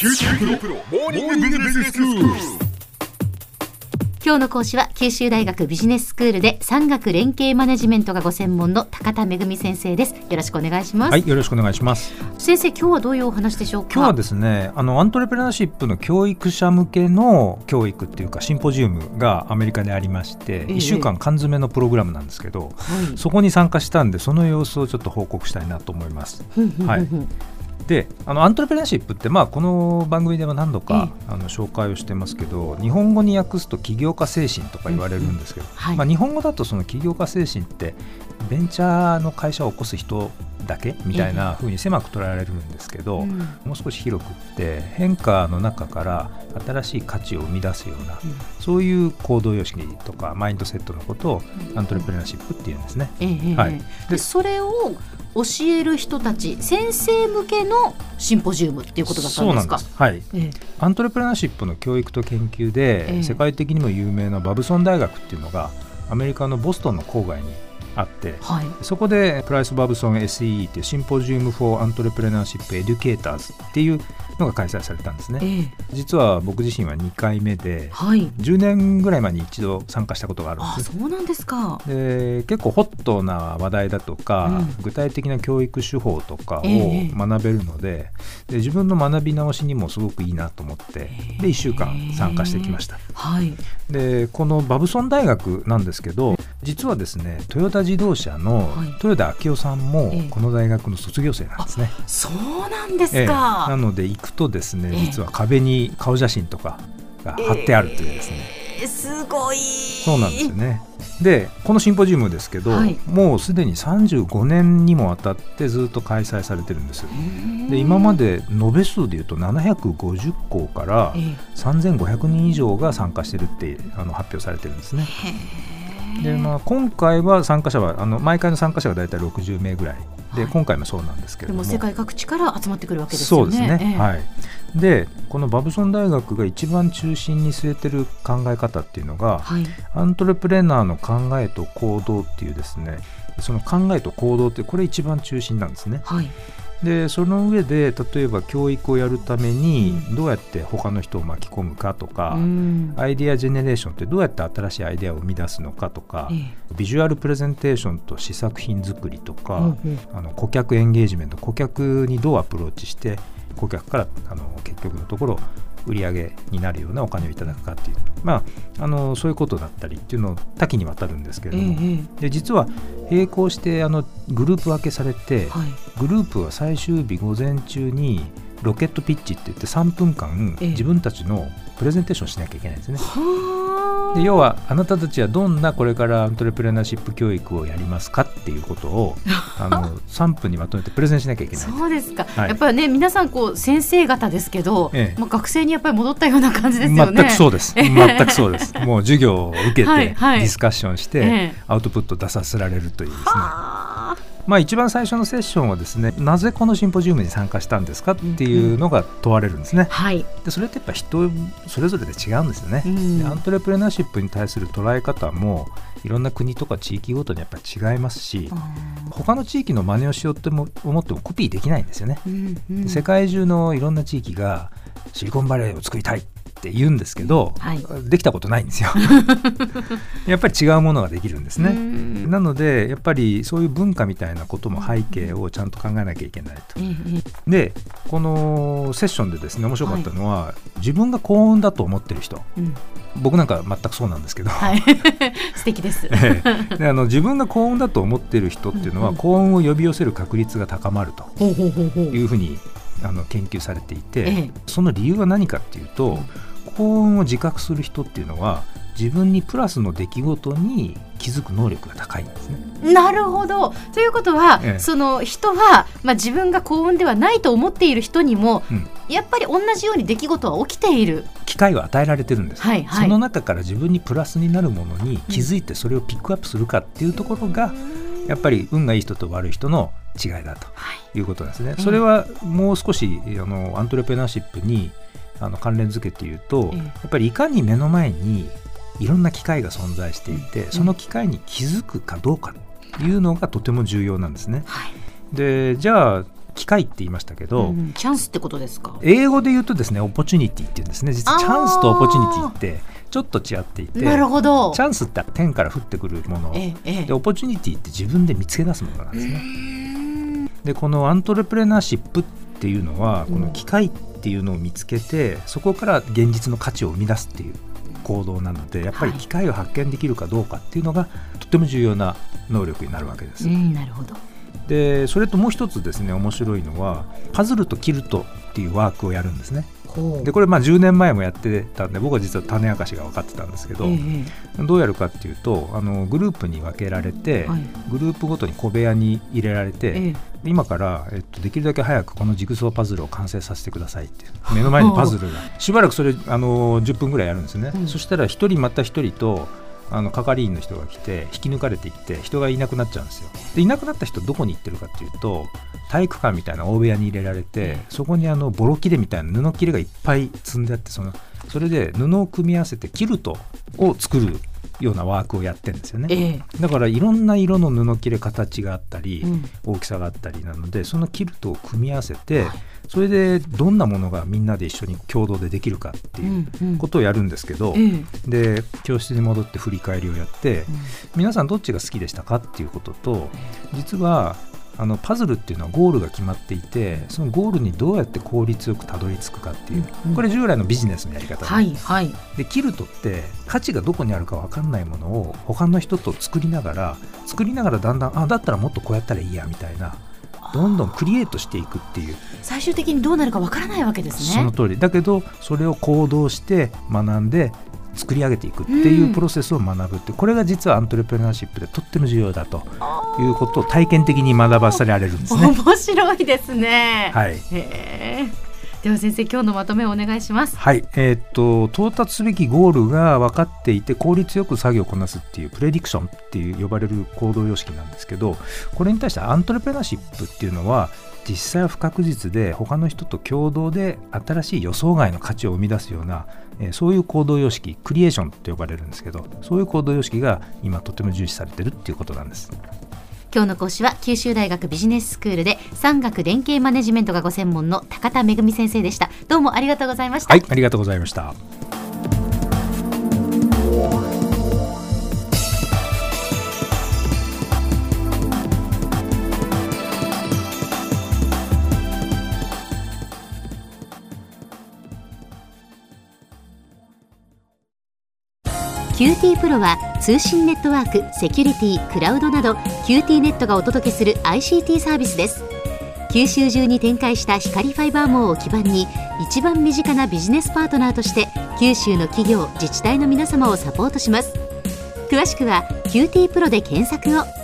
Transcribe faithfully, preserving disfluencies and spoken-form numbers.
九州大学モーニングビジネススクール。 今日の講師は九州大学ビジネススクールで産学連携マネジメントがご専門の高田恵先生です。よろしくお願いします。 はい、よろしくお願いします。 先生、今日はどういうお話でしょうか。 今日はですね、あのアントレプレナーシップの教育者向けの教育っていうかシンポジウムがアメリカでありまして、ええ、いっしゅうかん缶詰のプログラムなんですけど、はい、そこに参加したんでその様子をちょっと報告したいなと思います。はい。であのアントレプレナーシップって、まあ、この番組では何度か、ええ、あの紹介をしてますけど、日本語に訳すと起業家精神とか言われるんですけど、うんはいまあ、日本語だとその起業家精神ってベンチャーの会社を起こす人だけみたいな風に狭く捉えられるんですけど、うん、もう少し広くって変化の中から新しい価値を生み出すような、うん、そういう行動様式とかマインドセットのことをアントレプレナーシップっていうんですね、ええはい、 でそれを教える人たち先生向けのシンポジウムっていうことだったんですか。 そうなんです、はいええ、アントレプレナーシップの教育と研究で、ええ、世界的にも有名なバブソン大学っていうのがアメリカのボストンの郊外にあって、はい、そこでプライス・バブソン エスイーイー っていうシンポジウム・フォー・アントレプレナーシップ・エデュケーターズっていうのが開催されたんですね、えー、実は僕自身はにかいめで、はい、じゅうねんぐらい前に一度参加したことがあるんです。 あ、そうなんですか。 で結構ホットな話題だとか、うん、具体的な教育手法とかを学べるので、えー、で自分の学び直しにもすごくいいなと思って、えー、でいっしゅうかん参加してきました、えーはい、でこのバブソン大学なんですけど、実はですねトヨタ自動車の豊田章男さんもこの大学の卒業生なんですね、 ええ、そうなんですか、 ええ、なので行くとですね、実は壁に顔写真とかが貼ってあるというですね、 ええ、すごい。 そうなんですよね。でこのシンポジウムですけど、はい、もうすでにさんじゅうごねんにもわたってずっと開催されてるんです。で今まで延べ数でいうとななひゃくごじゅっこうからさんぜんごひゃくにん以上が参加してるってあの発表されてるんですね。でまあ、今回は参加者はあの毎回の参加者がだいたいろくじゅうめいぐらいで、はい、今回もそうなんですけれども、 でも世界各地から集まってくるわけですよね。 そうですね、 ええはい、でこのバブソン大学が一番中心に据えてる考え方っていうのが、はい、アントレプレナーの考えと行動っていうですね、その考えと行動ってこれ一番中心なんですね、はい、でその上で例えば教育をやるためにどうやって他の人を巻き込むかとか、うん、アイデアジェネレーションってどうやって新しいアイデアを生み出すのかとか、ええ、ビジュアルプレゼンテーションと試作品作りとか、うんうん、あの顧客エンゲージメント、顧客にどうアプローチして顧客からあの結局のところ売り上げになるようなお金をいただくかっていう、まあ、あのそういうことだったりっていうのを多岐にわたるんですけれども、ええ、で実は並行してあのグループ分けされて、はい、グループは最終日午前中にロケットピッチって言ってさんぷんかん自分たちのプレゼンテーションしなきゃいけないんですね、ええ、で要はあなたたちはどんなこれからアントレプレナーシップ教育をやりますかっていうことをあのさんぷんにまとめてプレゼンしなきゃいけない。 そうですか、はい、やっぱりね皆さんこう先生方ですけど、ええまあ、学生にやっぱり戻ったような感じですよね。 全くそうです全くそうですもう授業を受けてはい、はい、ディスカッションして、ええ、アウトプット出させられるというですね。まあ、一番最初のセッションはですね、なぜこのシンポジウムに参加したんですかっていうのが問われるんですね、うんはい、でそれってやっぱ人それぞれで違うんですよね、うん、でアントレプレナーシップに対する捉え方もいろんな国とか地域ごとにやっぱり違いますし、他の地域の真似をしようと思ってもコピーできないんですよね、うんうん、世界中のいろんな地域がシリコンバレーを作りたいって言うんですけど、はい、できたことないんですよやっぱり違うものができるんですね。なのでやっぱりそういう文化みたいなことも背景をちゃんと考えなきゃいけないと、うん、でこのセッションでですね面白かったのは、はい、自分が幸運だと思ってる人、うん、僕なんか全くそうなんですけど、はい、 素敵ですであの自分が幸運だと思ってる人っていうのは、うんうん、幸運を呼び寄せる確率が高まるというふうにあの研究されていて、ええ、その理由は何かっていうと、幸運を自覚する人っていうのは自分にプラスの出来事に気づく能力が高いんですね。 なるほど。ということは、ええ、その人は、まあ、自分が幸運ではないと思っている人にも、うん、やっぱり同じように出来事は起きている機会を与えられてるんです、はいはい、その中から自分にプラスになるものに気づいてそれをピックアップするかっていうところが、うん、やっぱり運がいい人と悪い人の違いだということなんですね、はい、それはもう少しあのアントレプレナーシップにあの関連づけて言うと、ええ、やっぱりいかに目の前にいろんな機会が存在していて、うん、その機会に気づくかどうかというのがとても重要なんですね、はい、でじゃあ機会って言いましたけど、 うん、チャンスってことですか。 英語で言うとですねオポチュニティっていうんですね。実はチャンスとオポチュニティってちょっと違っていて、 なるほど。 チャンスって天から降ってくるもの、ええ、でオポチュニティって自分で見つけ出すものなんですね。でこのアントレプレナーシップっていうのは、この機会っていうのを見つけて、そこから現実の価値を生み出すっていう行動なので、やっぱり機会を発見できるかどうかっていうのがとても重要な能力になるわけです。 うん、なるほど。 でそれともう一つですね面白いのはパズルとキルトっていうワークをやるんですね。でこれまあじゅうねんまえもやってたんで僕は実は種明かしが分かってたんですけど、ええ、どうやるかっていうとあのグループに分けられて、はい、グループごとに小部屋に入れられて、ええ、今から、えっと、できるだけ早くこのジグソーパズルを完成させてくださいって目の前にパズルがしばらくそれあのじゅっぷんぐらいやるんですね、うん、そしたら一人また一人とあの係員の人が来て引き抜かれていって人がいなくなっちゃうんですよ。でいなくなった人どこに行ってるかっていうと体育館みたいな大部屋に入れられて、そこにあのボロ切れみたいな布切れがいっぱい積んであって、そのそれで布を組み合わせてキルトを作るようなワークをやってるんですよね、ええ、だからいろんな色の布切れ形があったり、うん、大きさがあったりなのでそのキルトを組み合わせて、はい、それでどんなものがみんなで一緒に共同でできるかっていうことをやるんですけど、うんうん、で教室に戻って振り返りをやって、うん、皆さんどっちが好きでしたかっていうことと、実はあのパズルっていうのはゴールが決まっていて、そのゴールにどうやって効率よくたどり着くかっていう、うん、これ従来のビジネスのやり方で、 はいはい、 でキルトって価値がどこにあるか分かんないものを他の人と作りながら作りながらだんだんあだったらもっとこうやったらいいやみたいな、どんどんクリエイトしていくっていう、 最終的にどうなるか分からないわけですね。 その通りだけどそれを行動して学んで作り上げていくっていうプロセスを学ぶって、うん、これが実はアントレプレナーシップでとっても重要だということを体験的に学ばされるんですね。 面白いですね、 はい、 へー。では先生今日のまとめをお願いします。 はい、えー、っと到達すべきゴールが分かっていて効率よく作業をこなすっていうプレディクションっていう呼ばれる行動様式なんですけど、これに対してアントレプレナーシップっていうのは実際は不確実で他の人と共同で新しい予想外の価値を生み出すような、えー、そういう行動様式、クリエーションって呼ばれるんですけど、そういう行動様式が今とても重視されているっていうことなんです。 今日の講師は九州大学ビジネススクールで産学連携マネジメントがご専門の高田恵先生でした。どうもありがとうございました。 はい、ありがとうございました。 キューティー プロは通信ネットワーク、セキュリティ、クラウドなど キューティー ネットがお届けする アイシーティー サービスです。九州中に展開した光ファイバー網を基盤に一番身近なビジネスパートナーとして九州の企業、自治体の皆様をサポートします。詳しくは キューティー プロで検索を。